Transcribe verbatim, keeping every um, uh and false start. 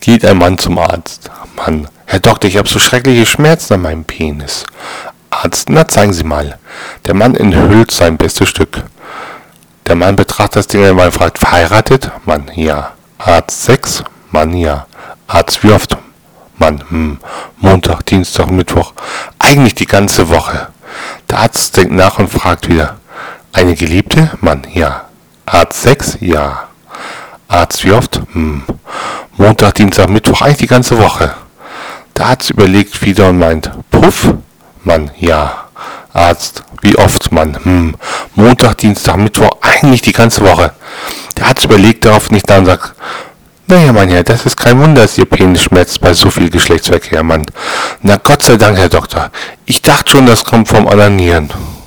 Geht ein Mann zum Arzt. Mann: Herr Doktor, ich habe so schreckliche Schmerzen an meinem Penis. Arzt: Na, zeigen Sie mal. Der Mann enthüllt sein bestes Stück. Der Mann betrachtet das Ding einmal und fragt: Verheiratet? Mann: Ja. Arzt: Sex? Mann: Ja. Arzt: Wie oft? Mann: Hm, Montag, Dienstag, Mittwoch. Eigentlich die ganze Woche. Der Arzt denkt nach und fragt wieder: Eine Geliebte? Mann: Ja. Arzt: Sex? Ja. Arzt: Wie oft? Hm, Montag, Dienstag, Mittwoch, eigentlich die ganze Woche. Der Arzt überlegt wieder und meint: Puff? Mann: Ja. Arzt: Wie oft? Mann: Hm, Montag, Dienstag, Mittwoch, eigentlich die ganze Woche. Der Arzt überlegt darauf nicht nach und sagt: Naja, mein Herr, das ist kein Wunder, dass Ihr Penis schmerzt bei so viel Geschlechtsverkehr, Mann. Na Gott sei Dank, Herr Doktor. Ich dachte schon, das kommt vom Onanieren.